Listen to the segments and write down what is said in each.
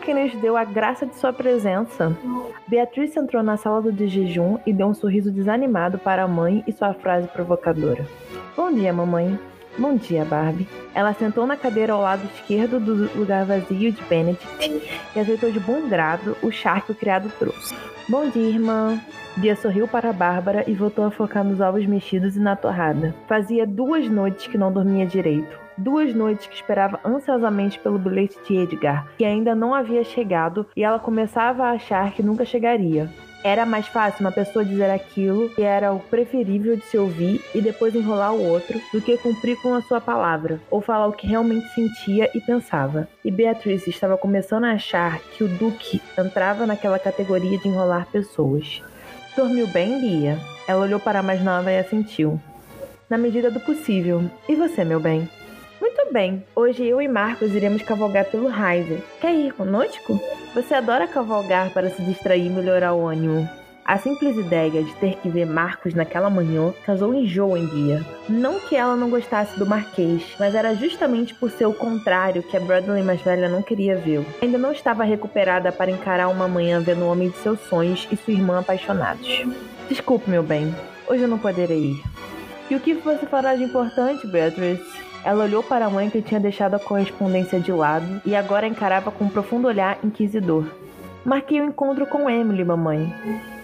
quem lhes deu a graça de sua presença. Beatriz entrou na sala de jejum e deu um sorriso desanimado para a mãe e sua frase provocadora. Bom dia, mamãe. Bom dia, Barbie. Ela sentou na cadeira ao lado esquerdo do lugar vazio de Benedict e aceitou de bom grado o chá que o criado trouxe. Bom dia, irmã. Bia sorriu para Bárbara e voltou a focar nos ovos mexidos e na torrada. Fazia 2 noites que não dormia direito. 2 noites que esperava ansiosamente pelo bilhete de Edgar, que ainda não havia chegado, e ela começava a achar que nunca chegaria. Era mais fácil uma pessoa dizer aquilo que era o preferível de se ouvir e depois enrolar o outro, do que cumprir com a sua palavra, ou falar o que realmente sentia e pensava. E Beatriz estava começando a achar que o Duque entrava naquela categoria de enrolar pessoas. Dormiu bem, Bia? Ela olhou para a mais nova e assentiu. Na medida do possível. E você, meu bem? Muito bem. Hoje eu e Marcos iremos cavalgar pelo Heiser. Quer ir conosco? Você adora cavalgar para se distrair e melhorar o ânimo. A simples ideia de ter que ver Marcos naquela manhã causou enjoo em Bia. Não que ela não gostasse do Marquês, mas era justamente por ser o contrário que a Bradley mais velha não queria vê-lo. Ainda não estava recuperada para encarar uma manhã vendo o homem de seus sonhos e sua irmã apaixonados. Desculpe, meu bem. Hoje eu não poderei ir. E o que você fará de importante, Beatrice? Ela olhou para a mãe que tinha deixado a correspondência de lado e agora encarava com um profundo olhar inquisidor. Marquei o encontro com Emily, mamãe.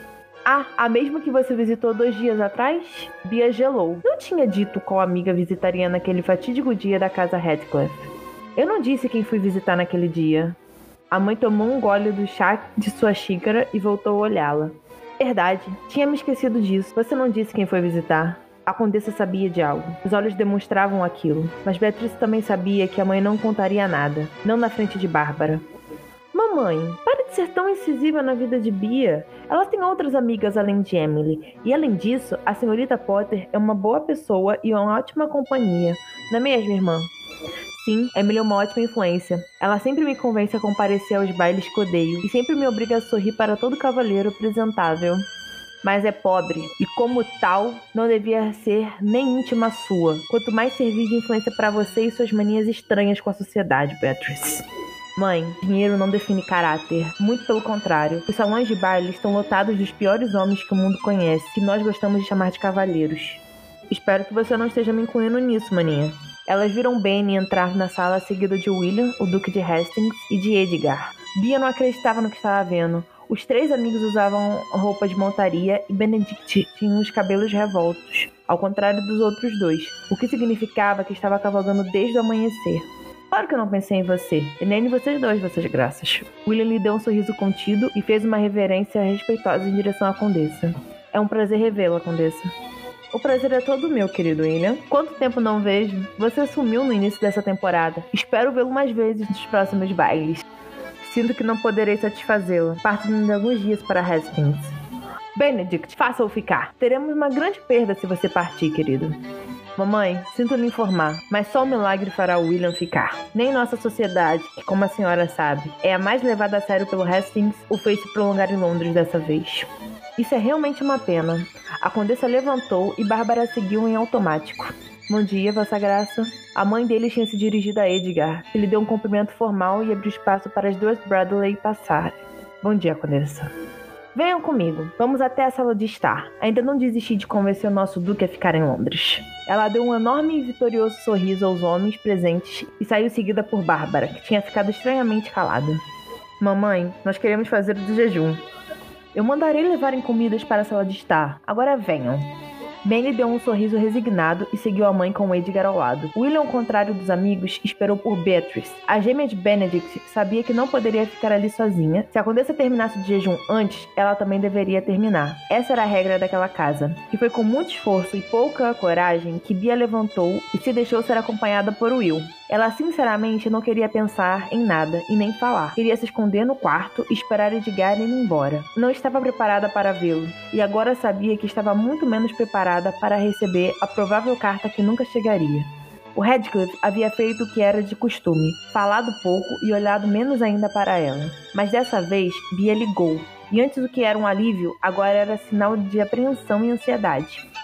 Ah, a mesma que você visitou 2 dias atrás? Bia gelou. Não tinha dito qual amiga visitaria naquele fatídico dia da casa Radcliffe. Eu não disse quem fui visitar naquele dia. A mãe tomou um gole do chá de sua xícara e voltou a olhá-la. Verdade, tinha me esquecido disso. Você não disse quem foi visitar. A condessa sabia de algo. Os olhos demonstravam aquilo. Mas Beatriz também sabia que a mãe não contaria nada. Não na frente de Bárbara. Mamãe, pare de ser tão incisiva na vida de Bia. Ela tem outras amigas além de Emily. E além disso, a senhorita Potter é uma boa pessoa e uma ótima companhia. Não é mesmo, irmã? Sim, Emily é uma ótima influência. Ela sempre me convence a comparecer aos bailes que odeio e sempre me obriga a sorrir para todo cavalheiro apresentável. Mas é pobre, e como tal, não devia ser nem íntima sua, quanto mais servir de influência para você e suas manias estranhas com a sociedade, Beatrice. Mãe, dinheiro não define caráter, muito pelo contrário. Os salões de baile estão lotados dos piores homens que o mundo conhece, que nós gostamos de chamar de cavalheiros. Espero que você não esteja me incluindo nisso, maninha. Elas viram Benny entrar na sala seguido de William, o Duque de Hastings, e de Edgar. Bia não acreditava no que estava vendo. Os 3 amigos usavam roupa de montaria e Benedict tinha os cabelos revoltos, ao contrário dos outros 2, o que significava que estava cavalgando desde o amanhecer. Claro que eu não pensei em você, e nem em vocês 2, vossas graças. William lhe deu um sorriso contido e fez uma reverência respeitosa em direção à condessa. É um prazer revê-la, condessa. O prazer é todo meu, querido William. Quanto tempo não vejo? Você sumiu no início dessa temporada. Espero vê-lo mais vezes nos próximos bailes. Sinto que não poderei satisfazê-la, partindo de alguns dias para Hastings. Benedict, faça-o ficar. Teremos uma grande perda se você partir, querido. Mamãe, sinto lhe informar, mas só o milagre fará o William ficar. Nem nossa sociedade, que como a senhora sabe, é a mais levada a sério pelo Hastings, o fez se prolongar em Londres dessa vez. Isso é realmente uma pena. A condessa levantou e Bárbara seguiu em automático. Bom dia, Vossa Graça. A mãe dele tinha se dirigido a Edgar, que lhe deu um cumprimento formal e abriu espaço para as 2 Bradley passarem. Bom dia, condessa. Venham comigo. Vamos até a sala de estar. Ainda não desisti de convencer o nosso duque a ficar em Londres. Ela deu um enorme e vitorioso sorriso aos homens presentes e saiu seguida por Bárbara, que tinha ficado estranhamente calada. Mamãe, nós queremos fazer o do jejum. Eu mandarei levarem comidas para a sala de estar. Agora venham. Benny deu um sorriso resignado e seguiu a mãe com Edgar ao lado. William, ao contrário dos amigos, esperou por Beatrice. A gêmea de Benedict sabia que não poderia ficar ali sozinha. Se a condessa terminasse o jejum antes, ela também deveria terminar. Essa era a regra daquela casa. E foi com muito esforço e pouca coragem que Bia levantou e se deixou ser acompanhada por Will. Ela sinceramente não queria pensar em nada e nem falar. Queria se esconder no quarto e esperar Edgar ir embora. Não estava preparada para vê-lo e agora sabia que estava muito menos preparada para receber a provável carta que nunca chegaria. O Radcliffe havia feito o que era de costume, falado pouco e olhado menos ainda para ela. Mas dessa vez, Bia ligou. E antes do que era um alívio, agora era sinal de apreensão e ansiedade.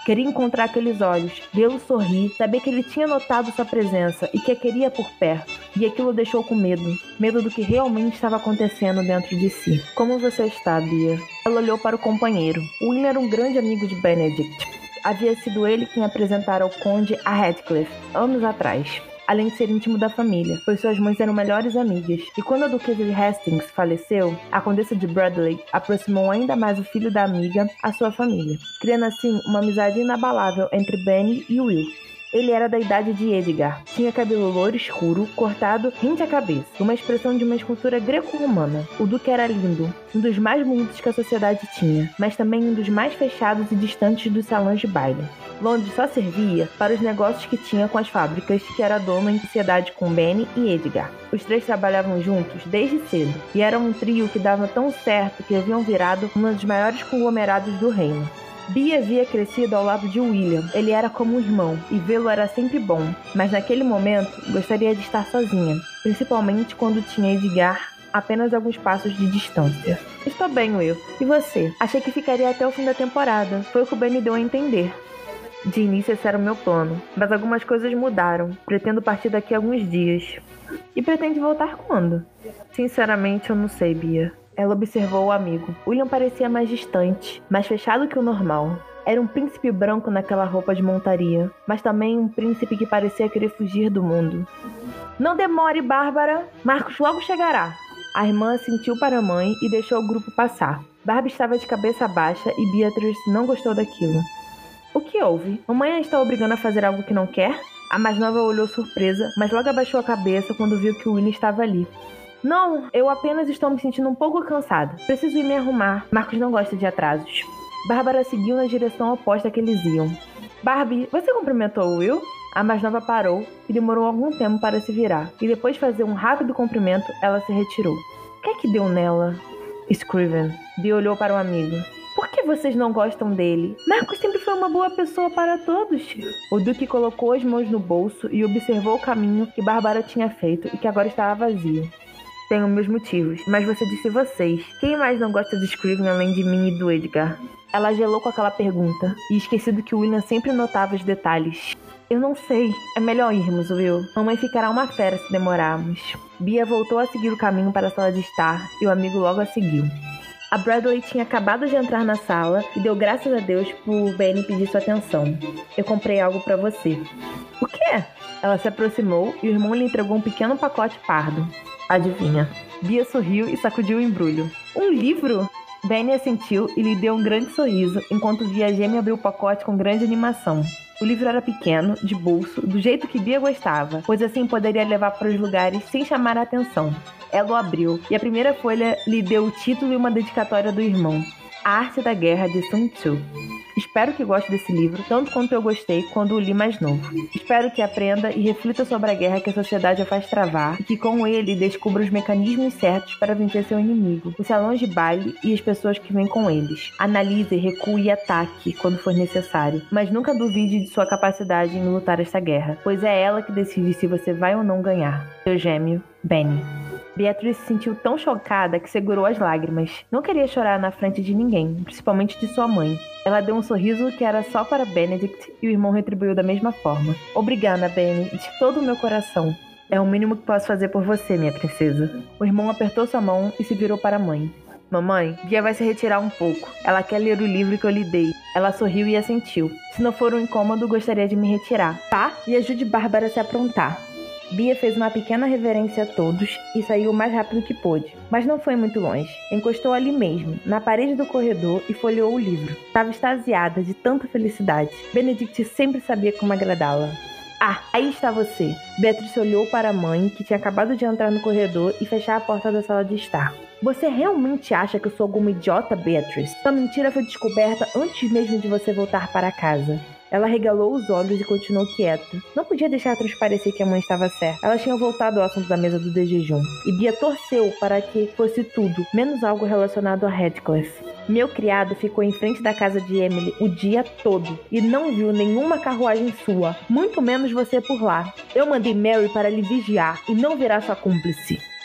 Queria encontrar aqueles olhos, vê-lo sorrir, saber que ele tinha notado sua presença e que a queria por perto. E aquilo o deixou com medo. Medo do que realmente estava acontecendo dentro de si. Como você está, Bia? Ela olhou para o companheiro. O William era um grande amigo de Benedict. Havia sido ele quem apresentara ao conde a Radcliffe, anos atrás. Além de ser íntimo da família, pois suas mães eram melhores amigas. E quando a duquesa de Hastings faleceu, a condessa de Bradley aproximou ainda mais o filho da amiga à sua família, criando assim uma amizade inabalável entre Benny e Will. Ele era da idade de Edgar. Tinha cabelo loiro escuro, cortado rente à cabeça, uma expressão de uma escultura greco-romana. O duque era lindo, um dos mais bonitos que a sociedade tinha, mas também um dos mais fechados e distantes dos salões de baile. Londres só servia para os negócios que tinha com as fábricas, que era dono em sociedade com Benny e Edgar. Os três trabalhavam juntos desde cedo, e eram um trio que dava tão certo que haviam virado um dos maiores conglomerados do reino. Bia havia crescido ao lado de William. Ele era como um irmão, e vê-lo era sempre bom, mas naquele momento gostaria de estar sozinha, principalmente quando tinha Edgar apenas alguns passos de distância. Estou bem, Will. E você? Achei que ficaria até o fim da temporada. Foi o que o Benny deu a entender. De início esse era o meu plano, mas algumas coisas mudaram. Pretendo partir daqui a alguns dias. E pretende voltar quando? Sinceramente, eu não sei, Bia. Ela observou o amigo. William parecia mais distante, mais fechado que o normal. Era um príncipe branco naquela roupa de montaria, mas também um príncipe que parecia querer fugir do mundo. Não demore, Bárbara! Marcos logo chegará. A irmã assentiu para a mãe e deixou o grupo passar. Barbie estava de cabeça baixa e Beatrice não gostou daquilo. O que houve? Mamãe a está obrigando a fazer algo que não quer? A mais nova olhou surpresa, mas logo abaixou a cabeça quando viu que o William estava ali. Não, eu apenas estou me sentindo um pouco cansada. Preciso ir me arrumar. Marcos não gosta de atrasos. Bárbara seguiu na direção oposta que eles iam. Barbie, você cumprimentou o Will? A mais nova parou e demorou algum tempo para se virar. E depois de fazer um rápido cumprimento, ela se retirou. O que é que deu nela? Scriven. Bia olhou para o amigo. Por que vocês não gostam dele? Marcos sempre foi uma boa pessoa para todos. O Duque colocou as mãos no bolso e observou o caminho que Bárbara tinha feito e que agora estava vazio. Tenho meus motivos, mas você disse vocês. Quem mais não gosta de Scriven além de mim e do Edgar? Ela gelou com aquela pergunta, e esquecido que William sempre notava os detalhes. Eu não sei. É melhor irmos, Will. Mamãe ficará uma fera se demorarmos. Bia voltou a seguir o caminho para a sala de estar, e o amigo logo a seguiu. A Bradley tinha acabado de entrar na sala e deu graças a Deus por Benny pedir sua atenção. Eu comprei algo para você. O quê? Ela se aproximou e o irmão lhe entregou um pequeno pacote pardo. Adivinha? Bia sorriu e sacudiu o embrulho. Um livro? Benny assentiu e lhe deu um grande sorriso, enquanto via a gêmea abrir o pacote com grande animação. O livro era pequeno, de bolso, do jeito que Bia gostava, pois assim poderia levar para os lugares sem chamar a atenção. Ela o abriu, e a primeira folha lhe deu o título e uma dedicatória do irmão. A Arte da Guerra, de Sun Tzu. Espero que goste desse livro, tanto quanto eu gostei quando o li mais novo. Espero que aprenda e reflita sobre a guerra que a sociedade a faz travar e que com ele descubra os mecanismos certos para vencer seu inimigo, os salões de baile e as pessoas que vêm com eles. Analise, recue e ataque quando for necessário, mas nunca duvide de sua capacidade em lutar esta guerra, pois é ela que decide se você vai ou não ganhar. Seu gêmeo, Benny. Beatrice se sentiu tão chocada que segurou as lágrimas. Não queria chorar na frente de ninguém, principalmente de sua mãe. Ela deu um sorriso que era só para Benedict e o irmão retribuiu da mesma forma. Obrigada, Benny, de todo o meu coração. É o mínimo que posso fazer por você, minha princesa. O irmão apertou sua mão e se virou para a mãe. Mamãe, Bia vai se retirar um pouco. Ela quer ler o livro que eu lhe dei. Ela sorriu e assentiu. Se não for um incômodo, gostaria de me retirar, tá? E ajude Bárbara a se aprontar. Bia fez uma pequena reverência a todos e saiu o mais rápido que pôde, mas não foi muito longe. Encostou ali mesmo, na parede do corredor e folheou o livro. Estava extasiada de tanta felicidade. Benedict sempre sabia como agradá-la. Ah, aí está você. Beatrice olhou para a mãe, que tinha acabado de entrar no corredor e fechar a porta da sala de estar. Você realmente acha que eu sou alguma idiota, Beatrice? Sua mentira foi descoberta antes mesmo de você voltar para casa. Ela regalou os olhos e continuou quieta. Não podia deixar transparecer que a mãe estava certa. Ela tinha voltado ao assunto da mesa do de jejum. E Bia torceu para que fosse tudo, menos algo relacionado a Radcliffe. Meu criado ficou em frente da casa de Emily o dia todo e não viu nenhuma carruagem sua, muito menos você por lá. Eu mandei Mary para lhe vigiar e não virar sua cúmplice.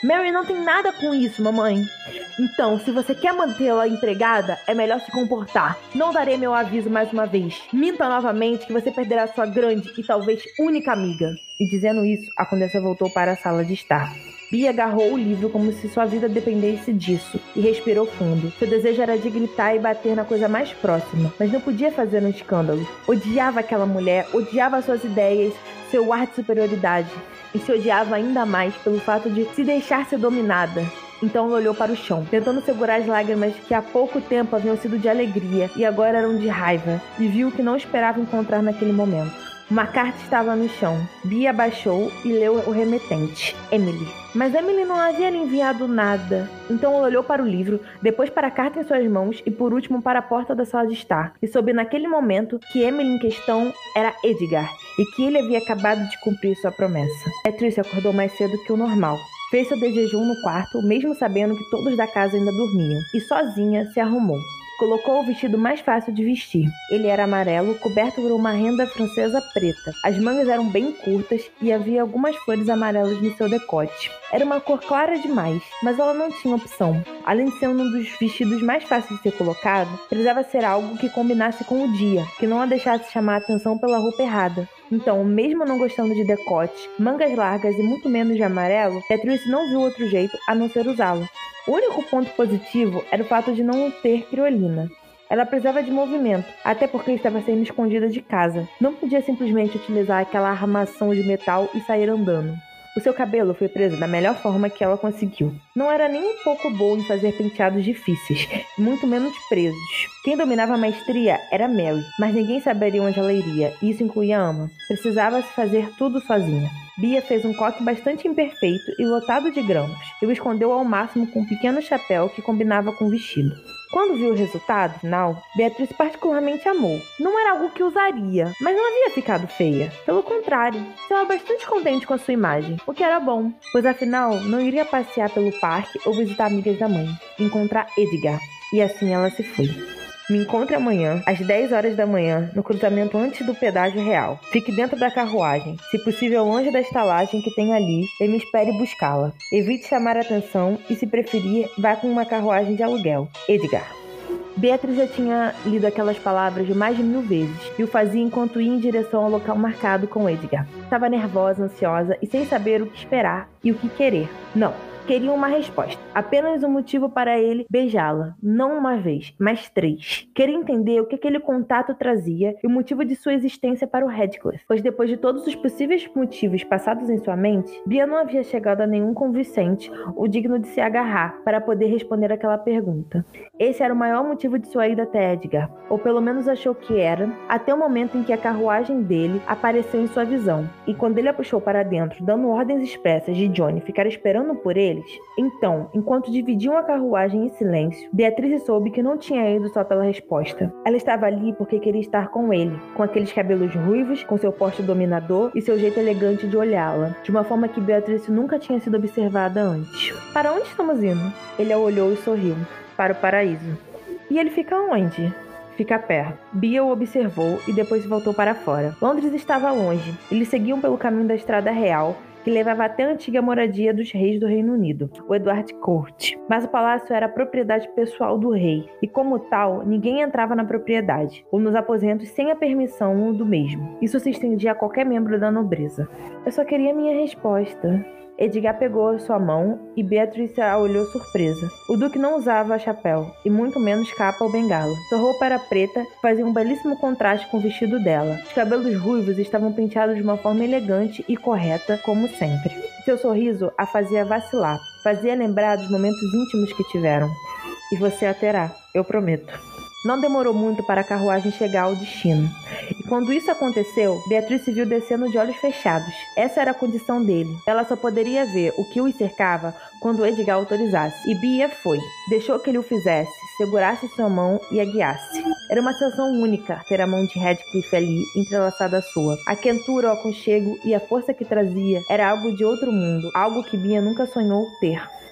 Mary não tem nada com isso, mamãe. Então, se você quer mantê-la empregada, é melhor se comportar. Não darei meu aviso mais uma vez. Minta novamente que você perderá sua grande e talvez única amiga. E dizendo isso, a condessa voltou para a sala de estar. Bea agarrou o livro como se sua vida dependesse disso e respirou fundo. Seu desejo era de gritar e bater na coisa mais próxima, mas não podia fazer um escândalo. Odiava aquela mulher, odiava suas ideias, seu ar de superioridade. E se odiava ainda mais pelo fato de se deixar ser dominada. Então ela olhou para o chão, tentando segurar as lágrimas que há pouco tempo haviam sido de alegria e agora eram de raiva, e viu o que não esperava encontrar naquele momento. Uma carta estava no chão. Bea abaixou e leu o remetente. Emily. Mas Emily não havia lhe enviado nada. Então ela olhou para o livro, depois para a carta em suas mãos e por último para a porta da sala de estar. E soube naquele momento que Emily em questão era Edgar e que ele havia acabado de cumprir sua promessa. Beatrice acordou mais cedo que o normal. Fez seu desjejum no quarto, mesmo sabendo que todos da casa ainda dormiam. E sozinha se arrumou. Colocou o vestido mais fácil de vestir. Ele era amarelo, coberto por uma renda francesa preta. As mangas eram bem curtas e havia algumas flores amarelas no seu decote. Era uma cor clara demais, mas ela não tinha opção. Além de ser um dos vestidos mais fáceis de ser colocado, precisava ser algo que combinasse com o dia, que não a deixasse chamar a atenção pela roupa errada. Então, mesmo não gostando de decote, mangas largas e muito menos de amarelo, Beatrice não viu outro jeito a não ser usá-lo. O único ponto positivo era o fato de não ter criolina. Ela precisava de movimento, até porque estava sendo escondida de casa. Não podia simplesmente utilizar aquela armação de metal e sair andando. O seu cabelo foi preso da melhor forma que ela conseguiu. Não era nem um pouco boa em fazer penteados difíceis, muito menos presos. Quem dominava a maestria era Mary, mas ninguém saberia onde ela iria, e isso incluía a ama. Precisava-se fazer tudo sozinha. Bea fez um coque bastante imperfeito e lotado de grãos, e o escondeu ao máximo com um pequeno chapéu que combinava com o vestido. Quando viu o resultado final, Beatrice particularmente amou. Não era algo que usaria, mas não havia ficado feia. Pelo contrário, estava bastante contente com a sua imagem, o que era bom, pois afinal não iria passear pelo parque ou visitar amigas da mãe, encontrar Edgar. E assim ela se foi. Me encontre amanhã, às 10 horas da manhã, no cruzamento antes do pedágio real. Fique dentro da carruagem, se possível longe da estalagem que tem ali, e me espere buscá-la. Evite chamar a atenção e, se preferir, vá com uma carruagem de aluguel. Edgar. Beatriz já tinha lido aquelas palavras mais de 1000 vezes e o fazia enquanto ia em direção ao local marcado com Edgar. Estava nervosa, ansiosa e sem saber o que esperar e o que querer. Não. Queria uma resposta. Apenas um motivo para ele beijá-la. Não uma vez, mas 3. Queria entender o que aquele contato trazia e o motivo de sua existência para o Radcliffe. Pois depois de todos os possíveis motivos passados em sua mente, Bea não havia chegado a nenhum convincente ou digno de se agarrar para poder responder aquela pergunta. Esse era o maior motivo de sua ida até Edgar. Ou pelo menos achou que era, até o momento em que a carruagem dele apareceu em sua visão. E quando ele a puxou para dentro, dando ordens expressas de Johnny ficar esperando por ele, então, enquanto dividiam a carruagem em silêncio, Beatriz soube que não tinha ido só pela resposta. Ela estava ali porque queria estar com ele, com aqueles cabelos ruivos, com seu porte dominador e seu jeito elegante de olhá-la, de uma forma que Beatriz nunca tinha sido observada antes. Para onde estamos indo? Ele a olhou e sorriu. Para o paraíso. E ele fica onde? Fica perto. Bea o observou e depois voltou para fora. Londres estava longe. Eles seguiam pelo caminho da Estrada Real, que levava até a antiga moradia dos reis do Reino Unido, o Edward Court. Mas o palácio era propriedade pessoal do rei, e como tal, ninguém entrava na propriedade, ou nos aposentos sem a permissão do mesmo. Isso se estendia a qualquer membro da nobreza. Eu só queria minha resposta. Edgar pegou sua mão e Beatriz a olhou surpresa. O duque não usava chapéu, e muito menos capa ou bengala. Sua roupa era preta, fazia um belíssimo contraste com o vestido dela. Os cabelos ruivos estavam penteados de uma forma elegante e correta, como sempre. Seu sorriso a fazia vacilar, fazia lembrar dos momentos íntimos que tiveram. E você a terá, eu prometo. Não demorou muito para a carruagem chegar ao destino. E quando isso aconteceu, Beatriz se viu descendo de olhos fechados. Essa era a condição dele. Ela só poderia ver o que os cercava quando Edgar autorizasse. E Bea foi. Deixou que ele o fizesse, segurasse sua mão e a guiasse. Era uma sensação única ter a mão de Radcliffe ali, entrelaçada à sua. A quentura, o aconchego e a força que trazia era algo de outro mundo, algo que Bea nunca sonhou ter.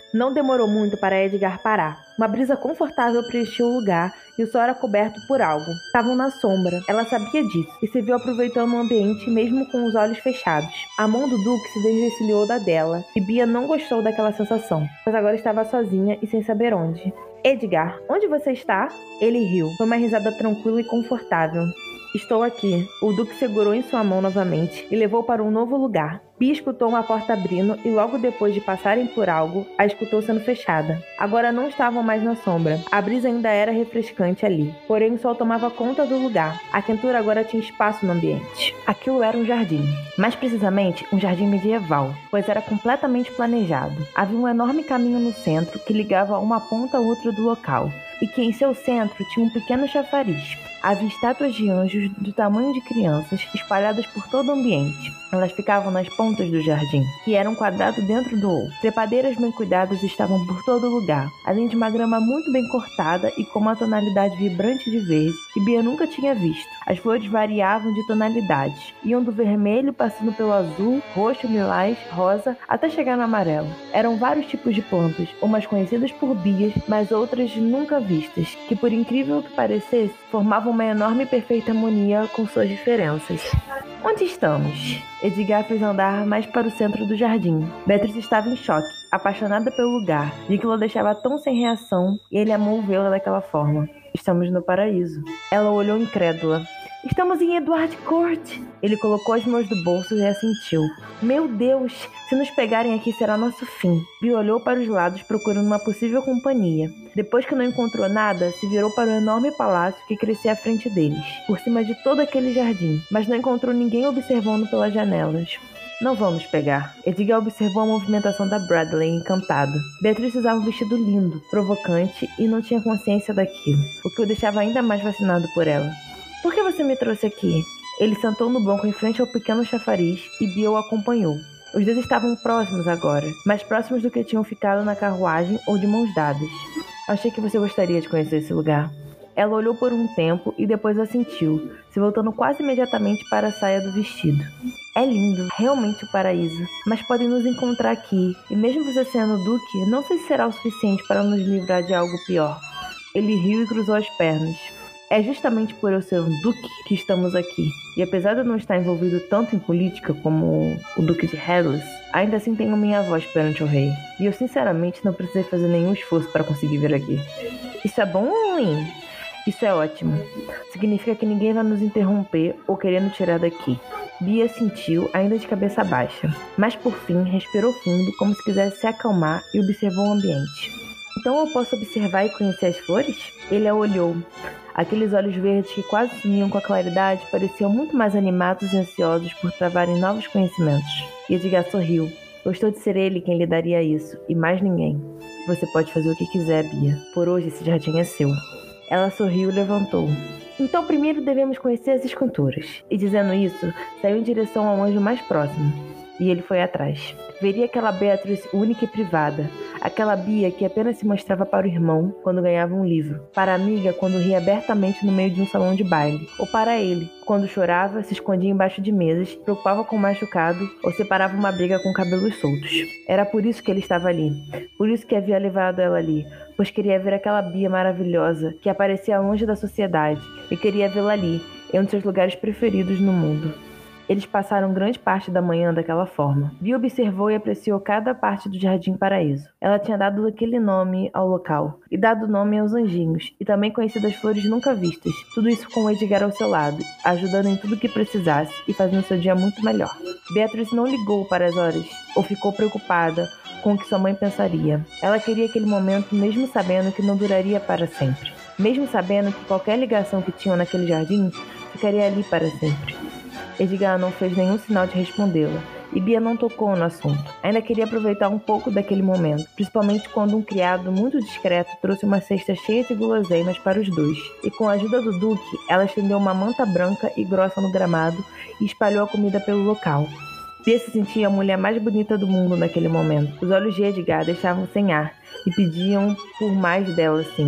Não demorou muito para Edgar parar. Uma brisa confortável preencheu o lugar e o sol era coberto por algo. Estavam na sombra. Ela sabia disso e se viu aproveitando o ambiente mesmo com os olhos fechados. A mão do Duque se desvencilhou da dela e Bia não gostou daquela sensação, pois agora estava sozinha e sem saber onde. Edgar, onde você está? Ele riu. Foi uma risada tranquila e confortável. Estou aqui. O Duque segurou em sua mão novamente e levou para um novo lugar. Bia escutou uma porta abrindo e logo depois de passarem por algo, a escutou sendo fechada. Agora não estavam mais na sombra. A brisa ainda era refrescante ali, porém o sol tomava conta do lugar. A quentura agora tinha espaço no ambiente. Aquilo era um jardim. Mais precisamente, um jardim medieval, pois era completamente planejado. Havia um enorme caminho no centro que ligava uma ponta a outra do local, e que em seu centro tinha um pequeno chafariz. Havia estátuas de anjos do tamanho de crianças espalhadas por todo o ambiente. Elas ficavam nas pontas do jardim, que era um quadrado dentro do outro. Trepadeiras bem cuidadas estavam por todo lugar, além de uma grama muito bem cortada e com uma tonalidade vibrante de verde que Bia nunca tinha visto. As flores variavam de tonalidades, iam do vermelho passando pelo azul, roxo, lilás, rosa, até chegar no amarelo. Eram vários tipos de plantas, umas conhecidas por Bia, mas outras nunca vistas, que por incrível que parecesse, formavam uma enorme e perfeita harmonia com suas diferenças. Onde estamos? Edgar fez andar mais para o centro do jardim. Beatriz estava em choque, apaixonada pelo lugar, e aquilo a deixava tão sem reação, e ele amou vê-la daquela forma. Estamos no paraíso. Ela olhou incrédula. Estamos em Edward Court. Ele colocou as mãos do bolso e assentiu. Meu Deus, se nos pegarem aqui será nosso fim. Bia olhou para os lados procurando uma possível companhia. Depois que não encontrou nada, se virou para o enorme palácio que crescia à frente deles, por cima de todo aquele jardim, mas não encontrou ninguém observando pelas janelas. Não vão nos pegar. Edgar observou a movimentação da Bradley, encantado. Beatriz usava um vestido lindo, provocante e não tinha consciência daquilo, o que o deixava ainda mais fascinado por ela. Por que você me trouxe aqui? Ele sentou no banco em frente ao pequeno chafariz e Bia o acompanhou. Os dois estavam próximos agora, mais próximos do que tinham ficado na carruagem ou de mãos dadas. Achei que você gostaria de conhecer esse lugar. Ela olhou por um tempo e depois assentiu, se voltando quase imediatamente para a saia do vestido. É lindo, realmente o paraíso, mas podem nos encontrar aqui, e mesmo você sendo Duque, não sei se será o suficiente para nos livrar de algo pior. Ele riu e cruzou as pernas. É justamente por eu ser um duque que estamos aqui. E apesar de eu não estar envolvido tanto em política como o Duque de Headless, ainda assim tenho minha voz perante o rei. E eu sinceramente não precisei fazer nenhum esforço para conseguir vir aqui. Isso é bom ou ruim? Isso é ótimo. Significa que ninguém vai nos interromper ou querer nos tirar daqui. Bia sentiu, ainda de cabeça baixa. Mas por fim, respirou fundo como se quisesse se acalmar e observou o ambiente. Então eu posso observar e conhecer as flores? Ele a olhou. Aqueles olhos verdes que quase sumiam com a claridade pareciam muito mais animados e ansiosos por travarem novos conhecimentos. E Edgar sorriu. Gostou de ser ele quem lhe daria isso, e mais ninguém. Você pode fazer o que quiser, Bia. Por hoje esse jardim é seu. Ela sorriu e levantou. Então primeiro devemos conhecer as esculturas. E dizendo isso, saiu em direção ao anjo mais próximo. E ele foi atrás. Veria aquela Beatriz única e privada. Aquela Bia que apenas se mostrava para o irmão quando ganhava um livro. Para a amiga quando ria abertamente no meio de um salão de baile. Ou para ele, quando chorava, se escondia embaixo de mesas, preocupava com o machucado ou separava uma briga com cabelos soltos. Era por isso que ele estava ali. Por isso que havia levado ela ali. Pois queria ver aquela Bia maravilhosa que aparecia longe da sociedade. E queria vê-la ali, em um de seus lugares preferidos no mundo. Eles passaram grande parte da manhã daquela forma. Bia observou e apreciou cada parte do Jardim Paraíso. Ela tinha dado aquele nome ao local, e dado nome aos anjinhos, e também conhecido as flores nunca vistas. Tudo isso com o Edgar ao seu lado, ajudando em tudo que precisasse e fazendo seu dia muito melhor. Beatriz não ligou para as horas, ou ficou preocupada com o que sua mãe pensaria. Ela queria aquele momento mesmo sabendo que não duraria para sempre. Mesmo sabendo que qualquer ligação que tinham naquele jardim ficaria ali para sempre. Edgar não fez nenhum sinal de respondê-la, e Bia não tocou no assunto. Ainda queria aproveitar um pouco daquele momento, principalmente quando um criado muito discreto trouxe uma cesta cheia de guloseimas para os dois, e com a ajuda do Duque, ela estendeu uma manta branca e grossa no gramado e espalhou a comida pelo local. Bia se sentia a mulher mais bonita do mundo naquele momento. Os olhos de Edgar deixavam sem ar, e pediam por mais dela, sim.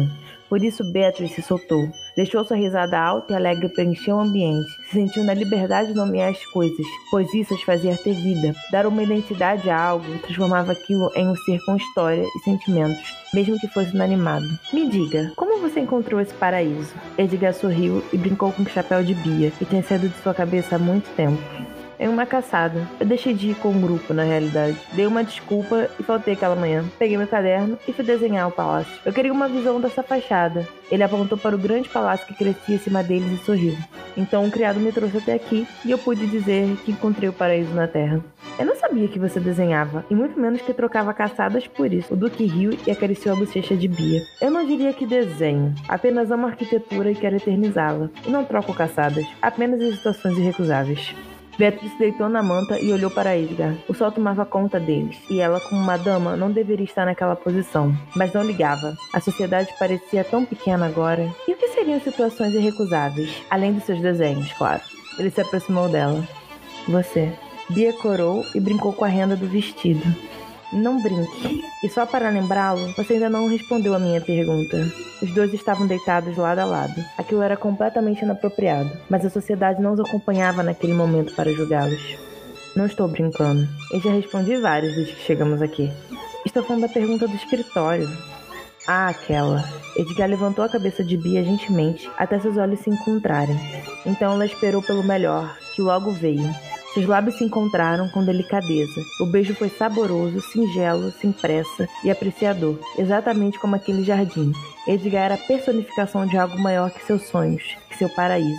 Por isso Beatrice se soltou. Deixou sua risada alta e alegre preencher o ambiente. Se sentiu na liberdade de nomear as coisas, pois isso as fazia ter vida. Dar uma identidade a algo transformava aquilo em um ser com história e sentimentos, mesmo que fosse inanimado. Me diga, como você encontrou esse paraíso? Edgar sorriu e brincou com o chapéu de Bia, que tinha saído de sua cabeça há muito tempo. Em uma caçada. Eu deixei de ir com o grupo, na realidade. Dei uma desculpa e faltei aquela manhã. Peguei meu caderno e fui desenhar o palácio. Eu queria uma visão dessa fachada. Ele apontou para o grande palácio que crescia em cima deles e sorriu. Então o criado me trouxe até aqui e eu pude dizer que encontrei o paraíso na Terra. Eu não sabia que você desenhava, e muito menos que trocava caçadas por isso. O Duque riu e acariciou a bochecha de Bia. Eu não diria que desenho, apenas amo a arquitetura e quero eternizá-la. E não troco caçadas, apenas em situações irrecusáveis. Beatrice deitou na manta e olhou para Edgar. O sol tomava conta deles, e ela, como uma dama, não deveria estar naquela posição. Mas não ligava. A sociedade parecia tão pequena agora. E o que seriam situações irrecusáveis? Além de seus desenhos, claro. Ele se aproximou dela. Você. Bia corou e brincou com a renda do vestido. Não brinque. E só para lembrá-lo, você ainda não respondeu a minha pergunta. Os dois estavam deitados lado a lado. Aquilo era completamente inapropriado, mas a sociedade não os acompanhava naquele momento para julgá-los. Não estou brincando. Eu já respondi vários desde que chegamos aqui. Estou falando da pergunta do escritório. Ah, aquela. Edgar levantou a cabeça de Bia gentilmente até seus olhos se encontrarem. Então ela esperou pelo melhor, que logo veio. Seus lábios se encontraram com delicadeza. O beijo foi saboroso, singelo, sem pressa e apreciador, exatamente como aquele jardim. Edgar era a personificação de algo maior que seus sonhos, que seu paraíso.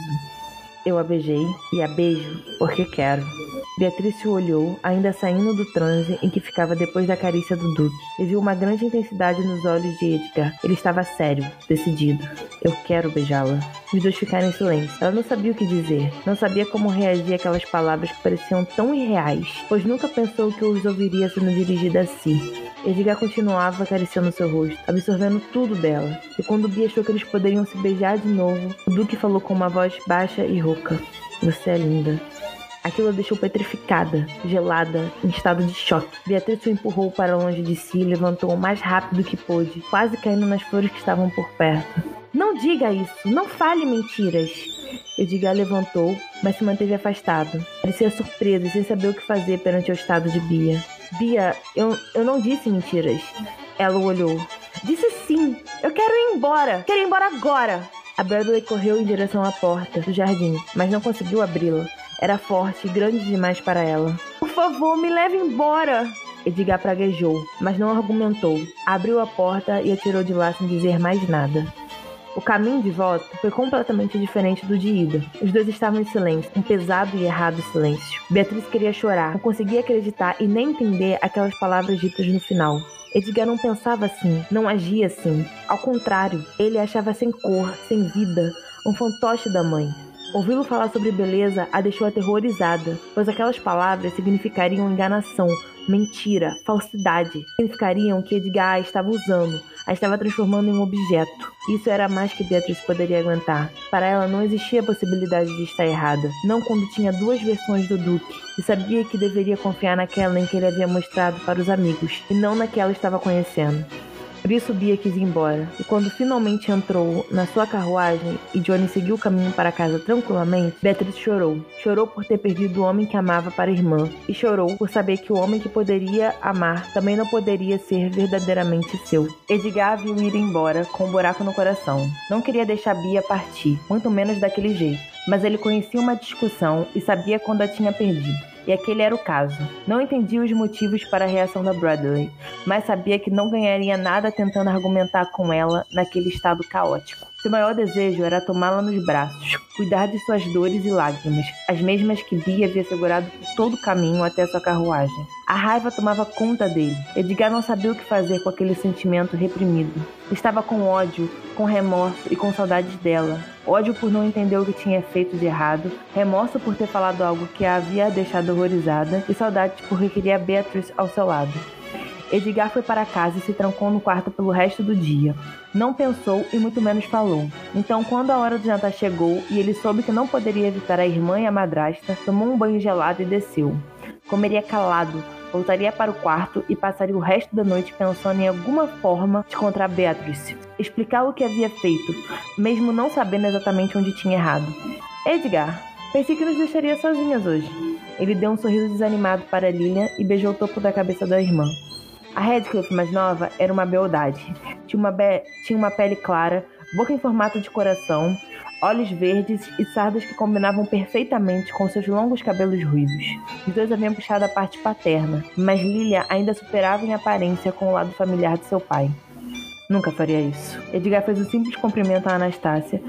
Eu a beijei, e a beijo porque quero. Beatrice o olhou, ainda saindo do transe em que ficava depois da carícia do Duque, e viu uma grande intensidade nos olhos de Edgar. Ele estava sério, decidido. Eu quero beijá-la. Os dois ficaram em silêncio. Ela não sabia o que dizer, não sabia como reagir àquelas palavras que pareciam tão irreais, pois nunca pensou que os ouviria sendo dirigida a si. Edgar continuava acariciando seu rosto, absorvendo tudo dela, e quando Bia achou que eles poderiam se beijar de novo, o Duque falou com uma voz baixa e rouca. Você é linda. Aquilo a deixou petrificada, gelada, em estado de choque. Beatriz o empurrou para longe de si e levantou o mais rápido que pôde, quase caindo nas flores que estavam por perto. Não diga isso! Não fale mentiras! Edgar levantou, mas se manteve afastado. Parecia surpreso e sem saber o que fazer perante o estado de Bia. Bia, eu não disse mentiras. Ela o olhou. Disse sim! Eu quero ir embora! Quero ir embora agora! A Bradley correu em direção à porta do jardim, mas não conseguiu abri-la. Era forte e grande demais para ela. Por favor, me leve embora! Edgar praguejou, mas não argumentou. Abriu a porta e a tirou de lá sem dizer mais nada. O caminho de volta foi completamente diferente do de ida. Os dois estavam em silêncio, um pesado e errado silêncio. Beatriz queria chorar, não conseguia acreditar e nem entender aquelas palavras ditas no final. Edgar não pensava assim, não agia assim. Ao contrário, ele a achava sem cor, sem vida, um fantoche da mãe. Ouvi-lo falar sobre beleza a deixou aterrorizada, pois aquelas palavras significariam enganação, mentira, falsidade. Significariam que Edgar a estava usando, a estava transformando em um objeto. Isso era mais que Beatriz poderia aguentar. Para ela não existia a possibilidade de estar errada, não quando tinha duas versões do Duque, e sabia que deveria confiar naquela em que ele havia mostrado para os amigos, e não na que ela estava conhecendo. Por isso Bia quis ir embora, e quando finalmente entrou na sua carruagem e Johnny seguiu o caminho para casa tranquilamente, Beatriz chorou. Chorou por ter perdido o homem que amava para a irmã, e chorou por saber que o homem que poderia amar também não poderia ser verdadeiramente seu. Edgar viu ir embora com um buraco no coração. Não queria deixar Bia partir, muito menos daquele jeito, mas ele conhecia uma discussão e sabia quando a tinha perdido. E aquele era o caso. Não entendia os motivos para a reação da Bradley, mas sabia que não ganharia nada tentando argumentar com ela naquele estado caótico. Seu maior desejo era tomá-la nos braços, cuidar de suas dores e lágrimas, as mesmas que Bia havia segurado por todo o caminho até sua carruagem. A raiva tomava conta dele. Edgar não sabia o que fazer com aquele sentimento reprimido. Estava com ódio, com remorso e com saudades dela. Ódio por não entender o que tinha feito de errado, remorso por ter falado algo que a havia deixado horrorizada e saudades porque queria Beatrice ao seu lado. Edgar foi para casa e se trancou no quarto pelo resto do dia. Não pensou e muito menos falou. Então, quando a hora do jantar chegou e ele soube que não poderia evitar a irmã e a madrasta, tomou um banho gelado e desceu. Comeria calado, Voltaria para o quarto e passaria o resto da noite pensando em alguma forma de encontrar Beatrice. Explicar o que havia feito, mesmo não sabendo exatamente onde tinha errado. Edgar, pensei que nos deixaria sozinhas hoje. Ele deu um sorriso desanimado para Lilian e beijou o topo da cabeça da irmã. A Radcliffe mais nova era uma beldade. Tinha uma pele clara, boca em formato de coração, olhos verdes e sardas que combinavam perfeitamente com seus longos cabelos ruivos. Os dois haviam puxado a parte paterna, mas Lilian ainda superava em aparência com o lado familiar de seu pai. Nunca faria isso. Edgar fez um simples cumprimento a Anastácia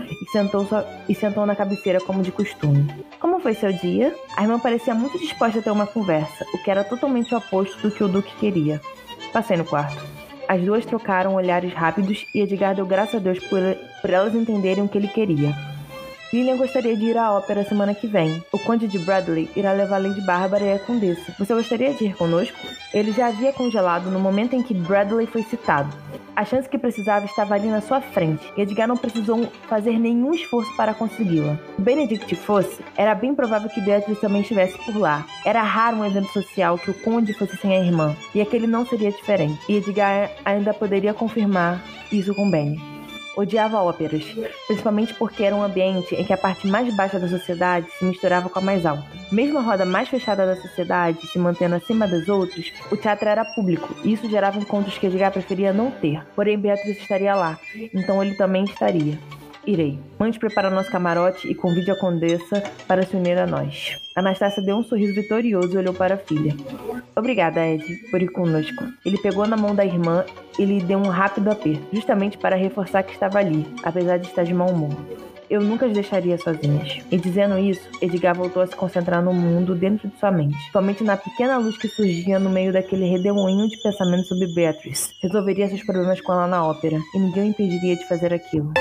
e sentou na cabeceira como de costume. Como foi seu dia? A irmã parecia muito disposta a ter uma conversa, o que era totalmente o oposto do que o Duque queria. Passei no quarto. As duas trocaram olhares rápidos e Edgar deu graças a Deus por elas entenderem o que ele queria. Lilian gostaria de ir à ópera semana que vem. O Conde de Bradley irá levar Lady Bárbara e a Condessa. Você gostaria de ir conosco? Ele já havia congelado no momento em que Bradley foi citado. A chance que precisava estava ali na sua frente, e Edgar não precisou fazer nenhum esforço para consegui-la. Se Benedict fosse, era bem provável que Beatrice também estivesse por lá. Era raro um evento social que o Conde fosse sem a irmã, e aquele não seria diferente. E Edgar ainda poderia confirmar isso com Benny. Odiava óperas, principalmente porque era um ambiente em que a parte mais baixa da sociedade se misturava com a mais alta. Mesmo a roda mais fechada da sociedade se mantendo acima das outras, o teatro era público, e isso gerava encontros que Edgar preferia não ter. Porém, Beatriz estaria lá, então ele também estaria. Irei. Mande preparar nosso camarote e convide a Condessa para se unir a nós. Anastácia deu um sorriso vitorioso e olhou para a filha. Obrigada, Ed, por ir conosco. Ele pegou na mão da irmã e lhe deu um rápido aperto, justamente para reforçar que estava ali, apesar de estar de mau humor. Eu nunca as deixaria sozinhas. E dizendo isso, Edgar voltou a se concentrar no mundo dentro de sua mente, somente na pequena luz que surgia no meio daquele redemoinho de pensamentos sobre Beatrice. Resolveria seus problemas com ela na ópera, e ninguém o impediria de fazer aquilo.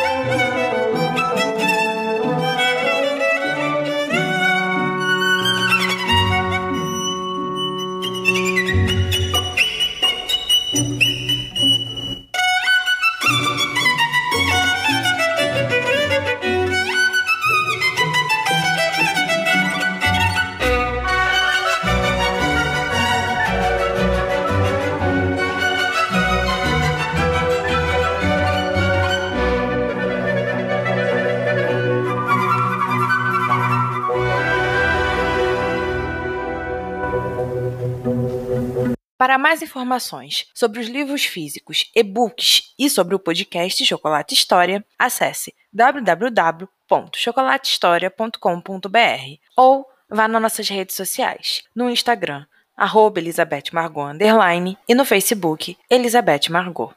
Para mais informações sobre os livros físicos, e-books e sobre o podcast Chocolate História, acesse www.chocolatehistoria.com.br ou vá nas nossas redes sociais, no Instagram, @ElisabethMargot_, e no Facebook, Elizabeth Margot.